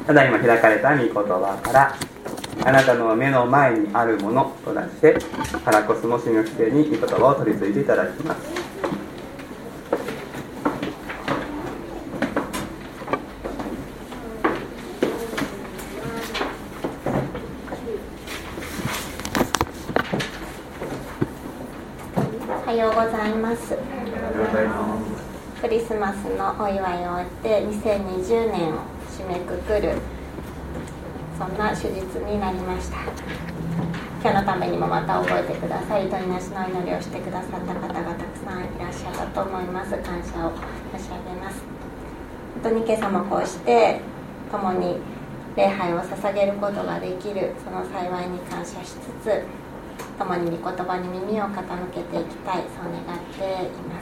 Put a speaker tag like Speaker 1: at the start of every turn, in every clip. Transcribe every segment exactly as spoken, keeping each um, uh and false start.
Speaker 1: ただいま開かれた御言葉からあなたの目の前にあるものと題してカラコスモ神学生に御言葉を取り次いでいただきます。
Speaker 2: おはようございます。クリスマスのお祝いを終えてにせんにじゅうねんを締めくくるそんな手術になりました。今日のためにもまた覚えてください。糸なしの祈りをしてくださった方がたくさんいらっしゃったと思います。感謝を申し上げます。本当に今朝もこうして共に礼拝を捧げることができるその幸いに感謝しつつ、共に御言葉に耳を傾けていきたい、そう願っています。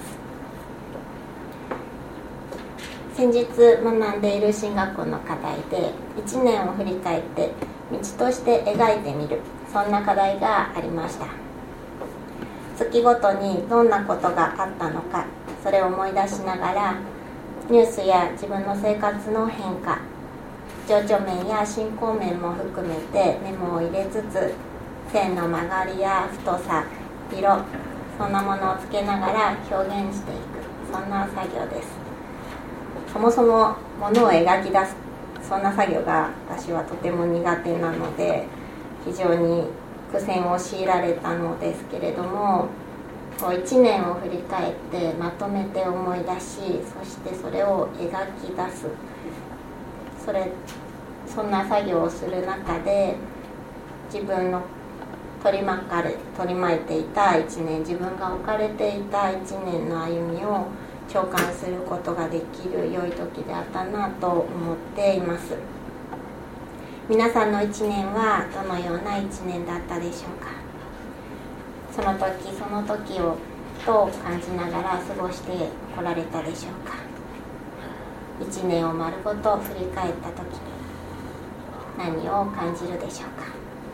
Speaker 2: 先日学んでいる進学校の課題でいちねんを振り返って道として描いてみる、そんな課題がありました。月ごとにどんなことがあったのか、それを思い出しながらニュースや自分の生活の変化、情緒面や信仰面も含めてメモを入れつつ、線の曲がりや太さ、色、そんなものをつけながら表現していく、そんな作業です。そもそもものを描き出す、そんな作業が私はとても苦手なので非常に苦戦を強いられたのですけれども、こういちねんを振り返ってまとめて思い出し、そしてそれを描き出す、それそんな作業をする中で自分の取り巻かれ取り巻いていたいちねん、自分が置かれていたいちねんの歩みを共感することができる良い時であったなと思っています。皆さんのいちねんはどのようないちねんだったでしょうか。その時その時をどう感じながら過ごしてこられたでしょうか。いちねんを丸ごと振り返った時に何を感じるでしょうか。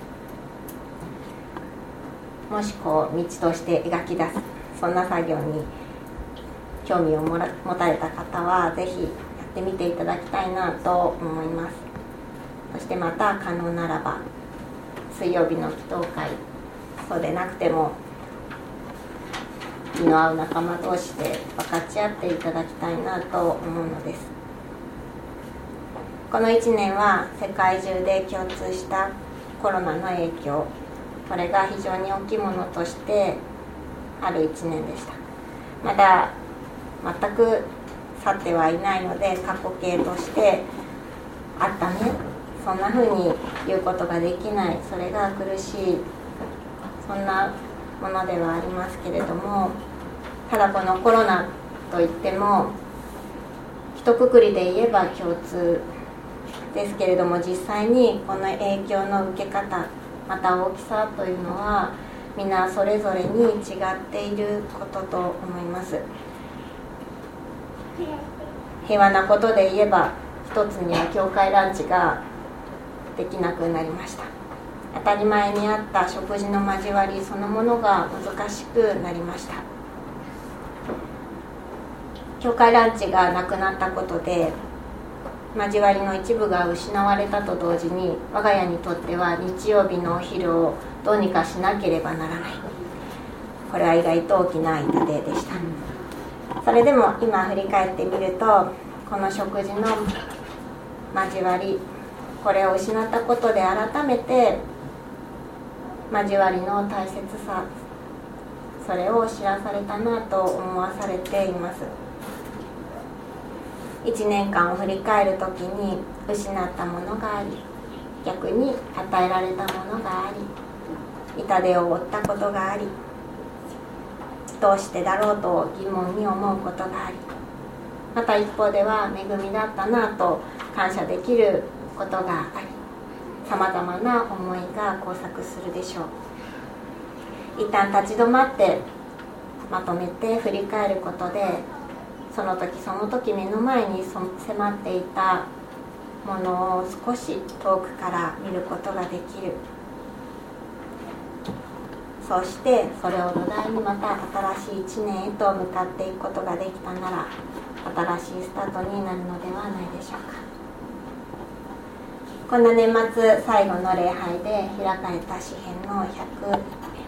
Speaker 2: もしこう道として描き出す、そんな作業に興味をもら持たれた方はぜひやってみていただきたいなと思います。そしてまた可能ならば水曜日の祈祷会、そうでなくても気の合う仲間同士で分かち合っていただきたいなと思うのです。このいちねんは世界中で共通したコロナの影響、これが非常に大きいものとしてあるいちねんでした。まだ全く去ってはいないので過去形としてあったね、そんな風に言うことができない、それが苦しい、そんなものではありますけれども、ただこのコロナといっても一括りで言えば共通ですけれども、実際にこの影響の受け方、また大きさというのは皆それぞれに違っていることと思います。平和なことで言えば一つには教会ランチができなくなりました。当たり前にあった食事の交わりそのものが難しくなりました。教会ランチがなくなったことで交わりの一部が失われたと同時に、我が家にとっては日曜日のお昼をどうにかしなければならない、これは意外と大きな痛手でした。それでも今振り返ってみると、この食事の交わり、これを失ったことで改めて交わりの大切さ、それを知らされたなと思わされています。いちねんかんを振り返るときに失ったものがあり、逆に与えられたものがあり、痛手を負ったことがあり、どうしてだろうと疑問に思うことがあり、また一方では恵みだったなと感謝できることがあり、さまざまな思いが交錯するでしょう。一旦立ち止まってまとめて振り返ることで、その時その時目の前に迫っていたものを少し遠くから見ることができる。そしてそれを土台にまた新しいいちねんへと向かっていくことができたなら、新しいスタートになるのではないでしょうか。 こんな年末最後の礼拝で開かれた詩編のひゃくいっ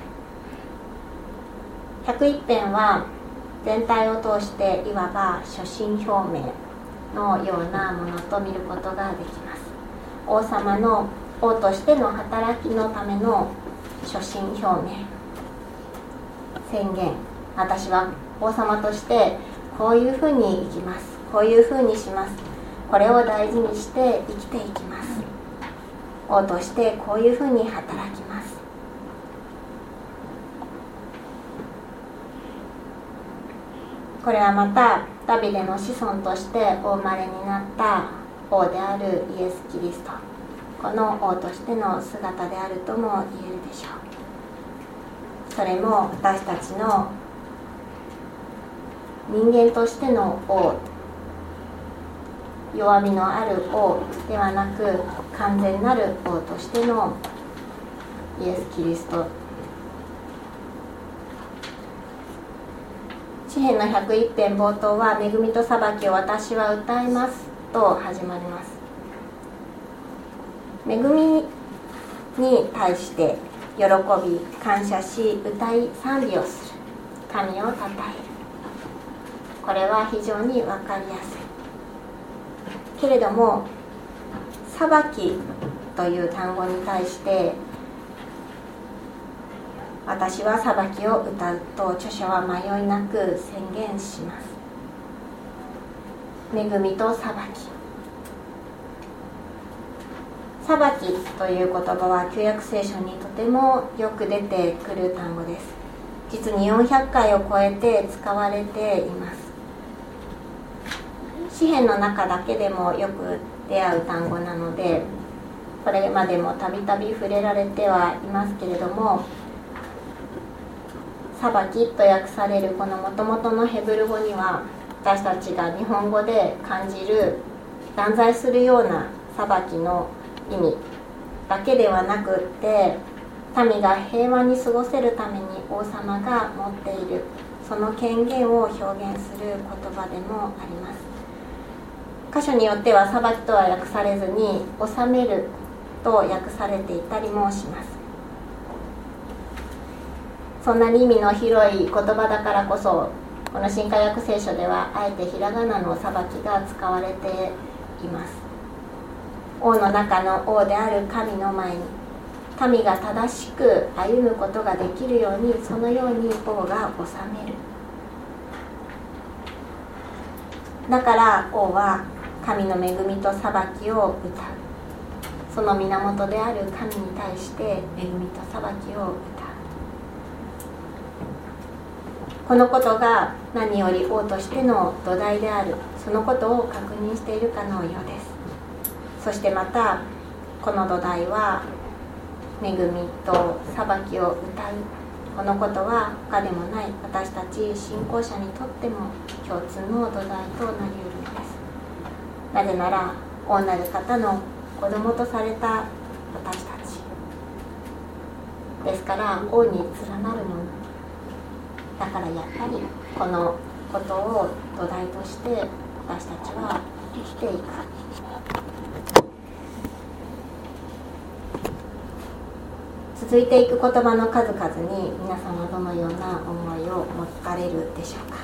Speaker 2: ぺん、ひゃくいっぺんは全体を通していわば初心表明のようなものと見ることができます。王様の王としての働きのための初心表明、宣言、私は王様としてこういうふうに生きます、こういうふうにします、これを大事にして生きていきます、王としてこういうふうに働きます。これはまたダビデの子孫としてお生まれになった王であるイエス・キリスト、この王としての姿であるとも言えるでしょう。それも私たちの人間としての王、弱みのある王ではなく完全なる王としてのイエス・キリスト。詩編のひゃくいっぺん冒頭は恵みと裁きを私は歌いますと始まります。恵みに対して喜び感謝し歌い賛美をする、神をたたえる、これは非常に分かりやすいけれども、裁きという単語に対して私は裁きを歌うと著者は迷いなく宣言します。恵みと裁き、裁きという言葉は旧約聖書にとてもよく出てくる単語です。実によんひゃっかいを超えて使われています。詩編の中だけでもよく出会う単語なので、これまでもたびたび触れられてはいますけれども、裁きと訳されるこの元々のヘブル語には、私たちが日本語で感じる断罪するような裁きの意味だけではなくって、民が平和に過ごせるために王様が持っているその権限を表現する言葉でもあります。箇所によっては裁きとは訳されずに治めると訳されていたりもします。そんなに意味の広い言葉だからこそ、この新化訳聖書ではあえてひらがなの裁きが使われています。王の中の王である神の前に民が正しく歩むことができるように、そのように王が治める。だから王は神の恵みと裁きを歌う。その源である神に対して恵みと裁きを歌う。このことが何より王としての土台である、そのことを確認しているかのようです。そしてまたこの土台は恵みと裁きを歌う、このことは他でもない私たち信仰者にとっても共通の土台となり得るのです。なぜなら王なる方の子供とされた私たちですから、王に連なるものだから、やっぱりこのことを土台として私たちは生きていく。続いていく言葉の数々に皆さんはどのような思いを持たれるでしょうか。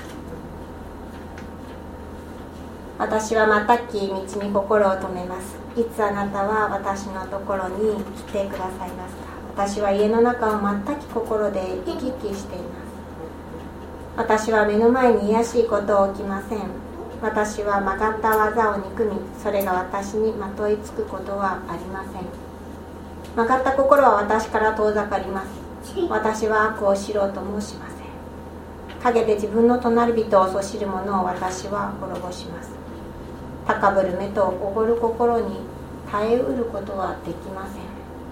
Speaker 2: 私はまたき道に心を留めます。いつあなたは私のところに来てくださいますか。私は家の中を全き心で行き来しています。私は目の前に卑しいことを起きません。私は曲がった技を憎み、それが私にまといつくことはありません。曲がった心は私から遠ざかります。私は悪を知ろうともしません。陰で自分の隣人をそしる者を私は滅ぼします。高ぶる目とおごる心に耐えうることはできません。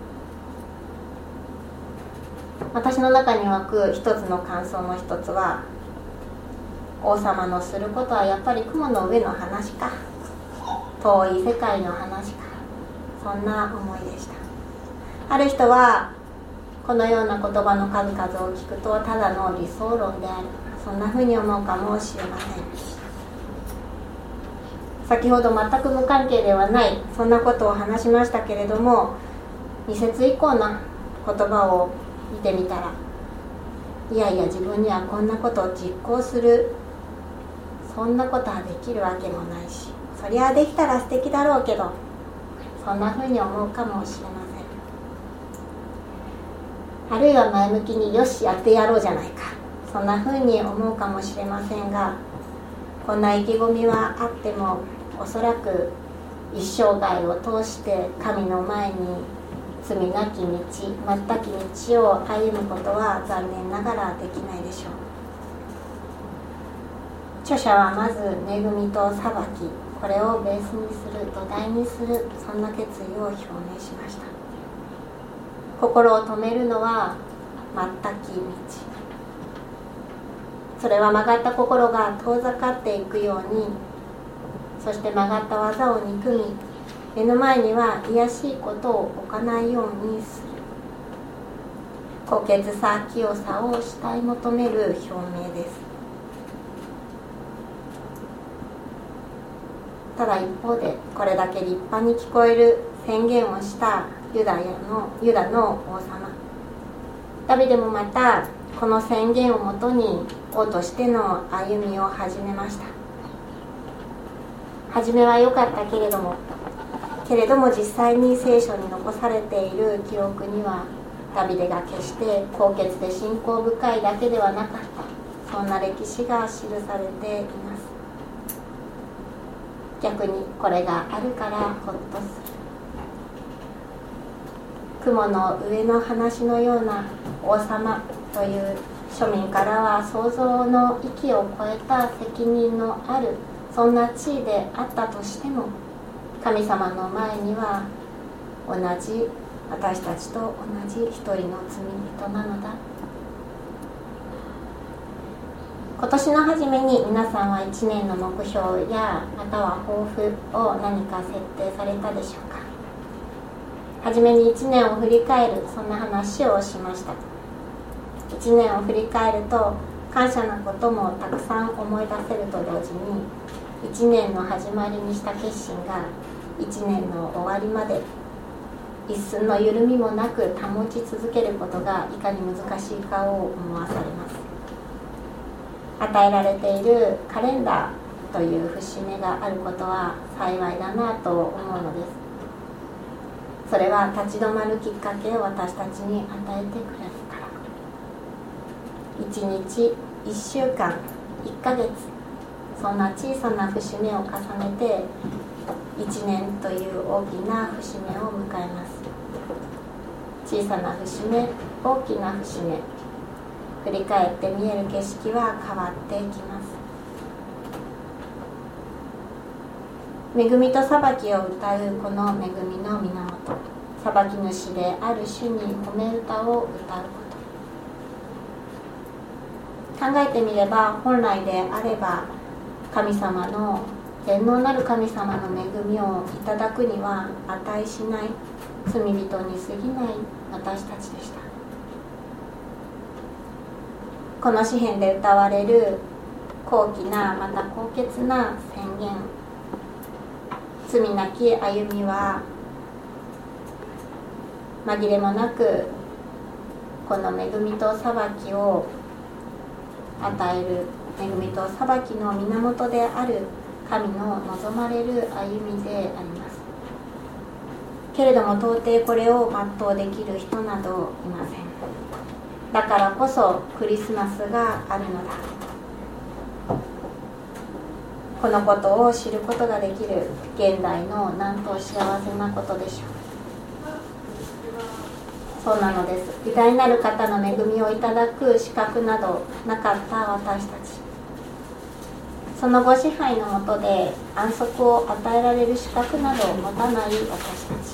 Speaker 2: 私の中に湧く一つの感想の一つは、王様のすることはやっぱり雲の上の話か、遠い世界の話か、そんな思いでした。ある人はこのような言葉の数々を聞くと、ただの理想論である、そんなふうに思うかもしれません。 先ほど全く無関係ではないそんなことを話しましたけれども、に節以降の言葉を見てみたら、いやいや自分にはこんなことを実行するそんなことはできるわけもないし、そりゃできたら素敵だろうけど、そんなふうに思うかもしれません。あるいは前向きによしやってやろうじゃないか、そんなふうに思うかもしれませんが、こんな意気込みはあってもおそらく一生涯を通して神の前に罪なき道、全き道を歩むことは残念ながらできないでしょう。著者はまず恵みと裁き、これをベースにする、土台にする、そんな決意を表明しました。心を止めるのは全き道、それは曲がった心が遠ざかっていくように、そして曲がった技を憎み、目の前には卑しいことを置かないようにする。高潔さ、清さを慕い求める表明です。ただ一方で、これだけ立派に聞こえる宣言をしたユダヤのユダの王様ダビデもまたこの宣言をもとに王としての歩みを始めました。初めは良かったけれどもけれども実際に聖書に残されている記録には、ダビデが決して高潔で信仰深いだけではなかった、そんな歴史が記されています。逆にこれがあるからほっとする。雲の上の話のような王様という庶民からは想像の域を超えた責任のある、そんな地位であったとしても、神様の前には同じ、私たちと同じ一人の罪人なのだ。今年の初めに皆さんはいちねんの目標やまたは抱負を何か設定されたでしょうか。初めにいちねんを振り返る、そんな話をしました。いちねんを振り返ると感謝なこともたくさん思い出せると同時に、いちねんの始まりにした決心がいちねんの終わりまで一寸の緩みもなく保ち続けることがいかに難しいかを思わされます。与えられているカレンダーという節目があることは幸いだなと思うのです。それは立ち止まるきっかけを私たちに与えてくれるから。いちにち、いっしゅうかん、いっかげつ、そんな小さな節目を重ねていちねんという大きな節目を迎えます。小さな節目、大きな節目、振り返って見える景色は変わってきます。恵みと裁きを歌うこの恵みの源、裁き主である主に褒め歌を歌うこと、考えてみれば本来であれば神様の全能なる神様の恵みをいただくには値しない罪人に過ぎない私たちでした。この詩篇で歌われる高貴なまた高潔な宣言、罪なき歩みは紛れもなくこの恵みと裁きを与える、恵みと裁きの源である神の望まれる歩みであります。けれども到底これを全うできる人などいません。だからこそクリスマスがあるのだ。このことを知ることができる現代のなんと幸せなことでしょう。そうなのです。偉大なる方の恵みをいただく資格などなかった私たち、そのご支配のもとで安息を与えられる資格などを持たない私たち、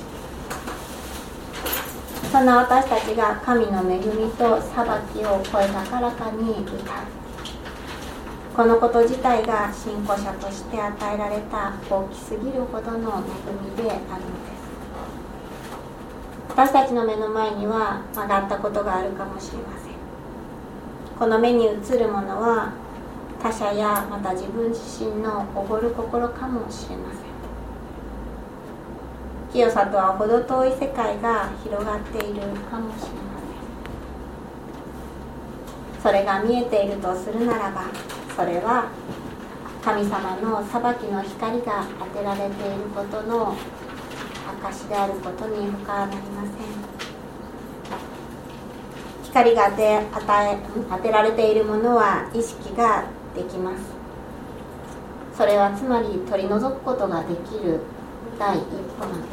Speaker 2: そんな私たちが神の恵みと裁きを声高らかに歌う、このこと自体が信仰者として与えられた大きすぎるほどの恵みであるのです。私たちの目の前には曲がったことがあるかもしれません。この目に映るものは他者やまた自分自身のおごる心かもしれません。清さとは程遠い世界が広がっているかもしれません。それが見えているとするならば、それは神様の裁きの光が当てられていることの証であることに他なりません。光が当て、与え、当てられているものは意識ができます。それはつまり取り除くことができる第一歩なんです。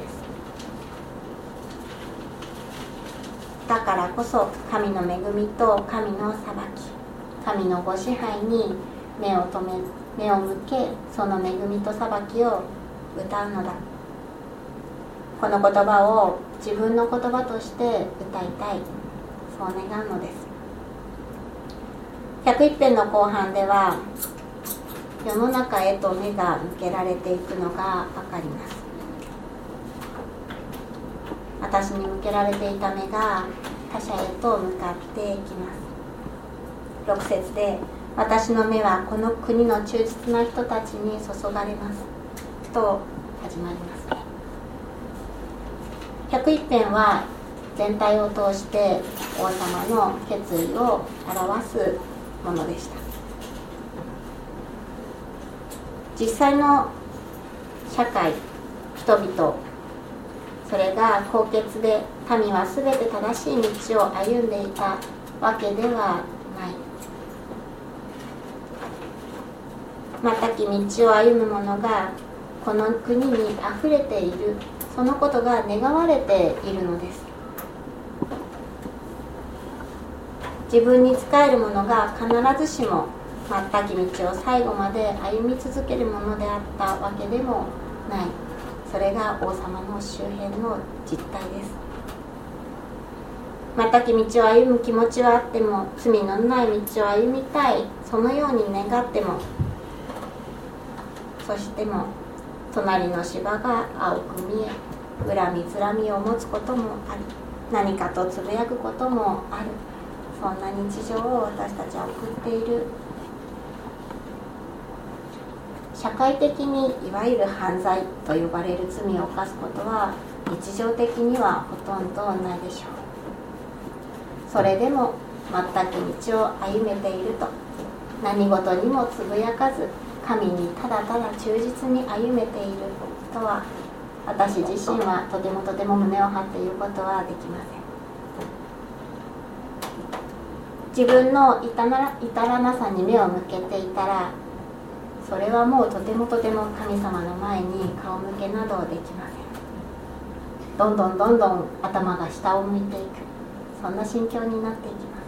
Speaker 2: だからこそ神の恵みと神の裁き、神のご支配に目を留め、目を向け、その恵みと裁きを歌うのだ。この言葉を自分の言葉として歌いたい、そう願うのです。ひゃくいっ編の後半では世の中へと目が向けられていくのが分かります。私に向けられていた目が他者へと向かっていきます。ろく節で、私の目はこの国の忠実な人たちに注がれますと始まります。ひゃくいっ編は全体を通して王様の決意を表すものでした。実際の社会、人々、それが高潔で民はすべて正しい道を歩んでいたわけではない。またき道を歩む者がこの国にあふれている、そのことが願われているのです。自分に仕える者が必ずしも全き道を最後まで歩み続けるものであったわけでもない。それが王様の周辺の実態です。全き道を歩む気持ちはあっても、罪のない道を歩みたい、そのように願っても、そしても隣の芝が青く見え、恨みつらみを持つこともあり、何かとつぶやくこともある。そんな日常を私たちは送っている。社会的にいわゆる犯罪と呼ばれる罪を犯すことは日常的にはほとんどないでしょう。それでも全く道を歩めていると、何事にもつぶやかず神にただただ忠実に歩めているとは、私自身はとてもとても胸を張っていることはできません。自分の至ら、至らなさに目を向けていたら、それはもうとてもとても神様の前に顔向けなどできません。どんどんどんどん頭が下を向いていく、そんな心境になっていきます。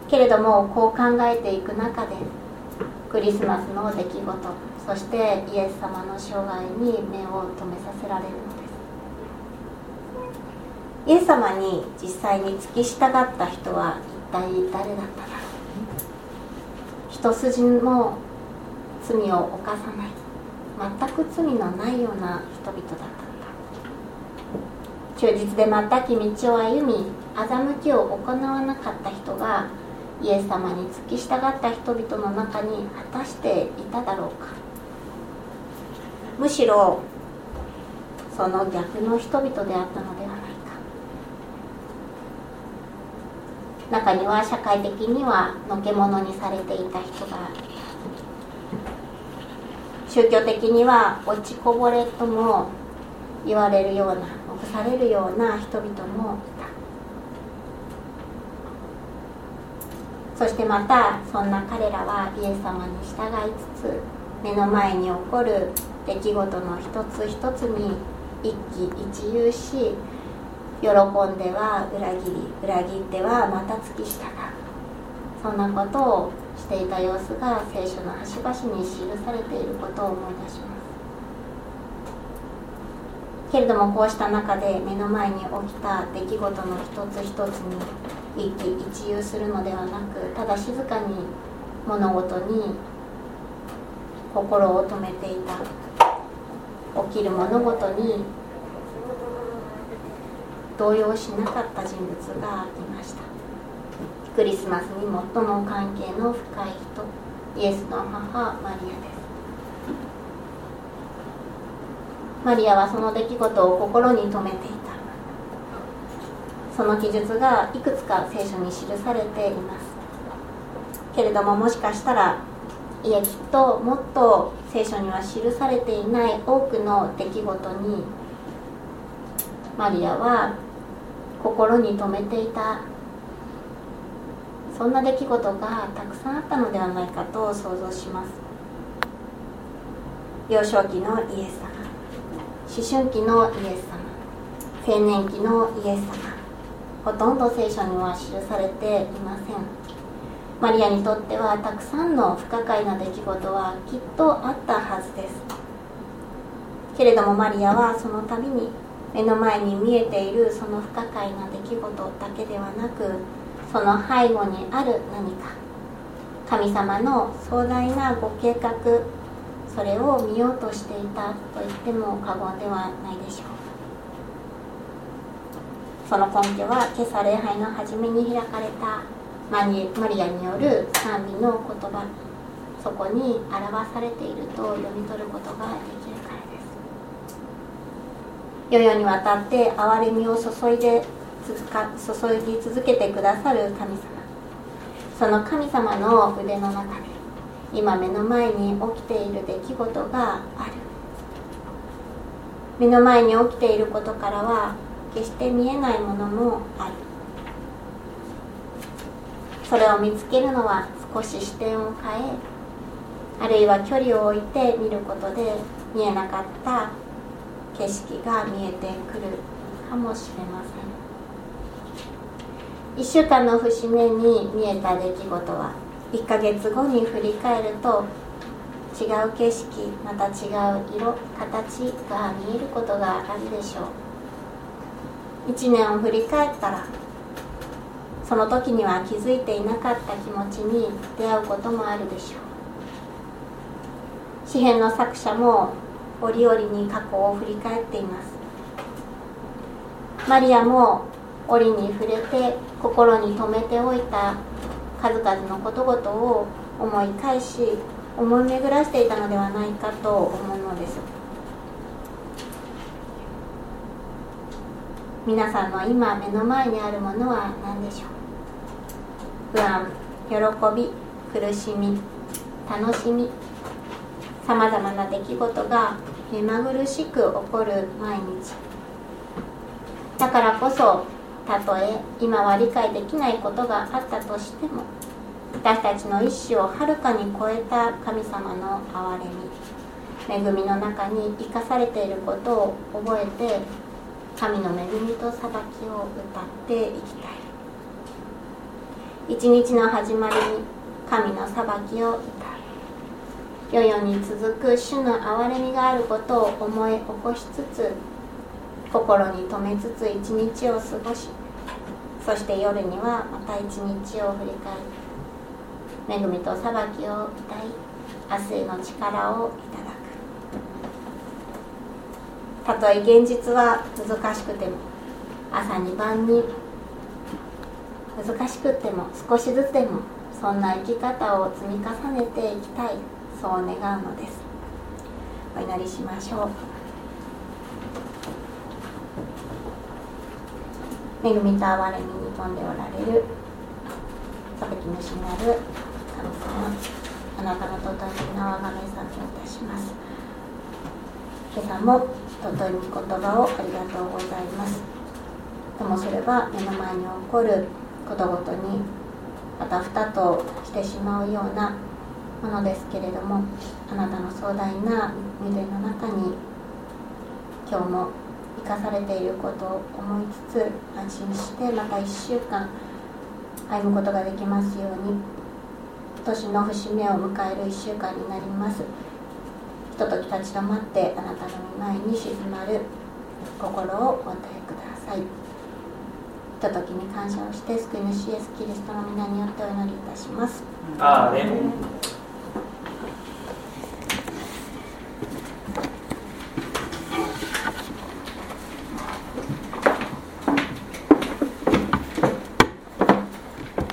Speaker 2: けれどもこう考えていく中で、クリスマスの出来事、そしてイエス様の生涯に目を留めさせられるのです。イエス様に実際に付き従った人は一体誰だっただろう。一筋も罪を犯さない、全く罪のないような人々だった。忠実で全き道を歩み、欺きを行わなかった人がイエス様に付き従った人々の中に果たしていただろうか。むしろその逆の人々であったのではないか。中には社会的にはのけ者にされていた人がいた。宗教的には落ちこぼれとも言われるような、臆されるような人々もいた。そしてまたそんな彼らはイエス様に従いつつ、目の前に起こる出来事の一つ一つに一喜一憂し、喜んでは裏切り、裏切ってはまた付き従う、そんなことをしていた様子が聖書の端々に記されていることを思い出します。けれどもこうした中で目の前に起きた出来事の一つ一つに一喜一憂するのではなく、ただ静かに物事に心を留めていた。起きる物事に動揺しなかった人物がいました。クリスマスに最も関係の深い人、 イエスの母マリアです。マリアはその出来事を心に留めていた。その記述がいくつか聖書に記されています。けれども、もしかしたらいえきっともっと聖書には記されていない多くの出来事にマリアは心に留めていた、そんな出来事がたくさんあったのではないかと想像します。幼少期のイエス様、思春期のイエス様、青年期のイエス様、ほとんど聖書には記されていません。マリアにとってはたくさんの不可解な出来事はきっとあったはずです。けれどもマリアはその度に目の前に見えているその不可解な出来事だけではなく、その背後にある何か、神様の壮大なご計画、それを見ようとしていたと言っても過言ではないでしょう。その根拠は今朝礼拝の初めに開かれたマリアによる賛美の言葉、そこに表されていると読み取ることができるからです。世々にわたって憐れみを注いで続か注ぎ続けてくださる神様、その神様の腕の中で今目の前に起きている出来事がある。目の前に起きていることからは決して見えないものもある。それを見つけるのは少し視点を変え、あるいは距離を置いて見ることで見えなかった景色が見えてくるかもしれません。いっしゅうかんの節目に見えた出来事はいっかげつごに振り返ると違う景色、また違う色、形が見えることがあるでしょう。いちねんを振り返ったらその時には気づいていなかった気持ちに出会うこともあるでしょう。詩編の作者も折々に過去を振り返っています。マリアも折に触れて心に留めておいた数々のことごとを思い返し思い巡らしていたのではないかと思うのです。皆さんの今目の前にあるものは何でしょう。不安、喜び、苦しみ、楽しみ、さまざまな出来事が目まぐるしく起こる毎日だからこそ、たとえ今は理解できないことがあったとしても、私たちの意志をはるかに超えた神様の憐れみ、恵みの中に生かされていることを覚えて、神の恵みと裁きを歌っていきたい。一日の始まりに神の裁きを歌う。世々に続く主の憐れみがあることを思い起こしつつ、心に留めつつ一日を過ごし、そして夜にはまた一日を振り返り、恵みと裁きを歌い、明日への力をいただく。たとえ現実は難しくても、朝に晩に難しくても少しずつでもそんな生き方を積み重ねていきたい、そう願うのです。お祈りしましょう。恵みと憐れみに富んでおられる裁き主なる神様、あなたの尊い名をあがめ賛美いたします。今朝も尊い御言葉をありがとうございます。ともすれば目の前に起こることごとにあたふたとしてしまうようなものですけれども、あなたの壮大な御手の中に今日も生かされていることを思いつつ安心して、またいっしゅうかん歩むことができますように、年の節目を迎えるいっしゅうかんになります。ひととき立ち止まってあなたの御前に静まる心をお与えください。ひとときに感謝をして、救い主イエスキリストの皆によってお祈りいたします。
Speaker 1: アーメン。